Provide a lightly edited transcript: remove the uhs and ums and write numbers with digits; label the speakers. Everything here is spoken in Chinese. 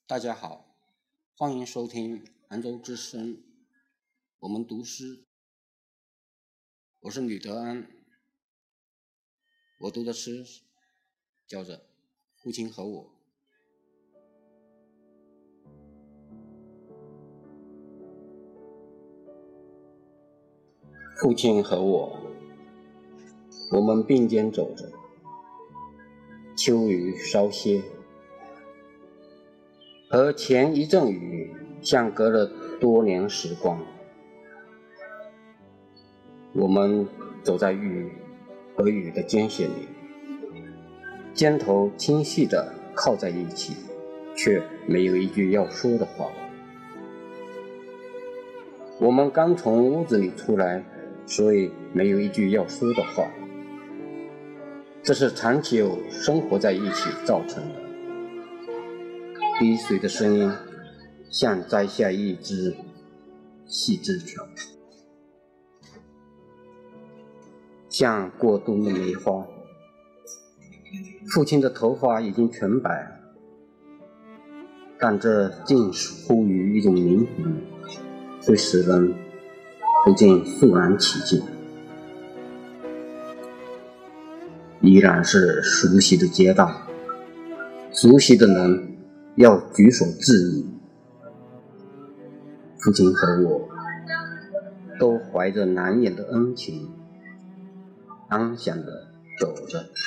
Speaker 1: 大家好，欢迎收听杭州之声，我们读诗。我是吕德安，我读的诗叫做《父亲和我》。父亲和我，我们并肩走着，秋雨稍歇，和前一阵雨相隔了多年时光。我们走在雨和雨的间隙里，肩头轻细地靠在一起，却没有一句要说的话。我们刚从屋子里出来，所以没有一句要说的话。这是长久生活在一起造成的。滴水的声音像摘下一支细枝条，像过冬的梅花。父亲的头发已经全白了，但这近乎于一种灵魂，会使人不禁肃然起敬。依然是熟悉的街道，熟悉的人要举手致意。父亲和我都怀着难言的恩情，安详地走着。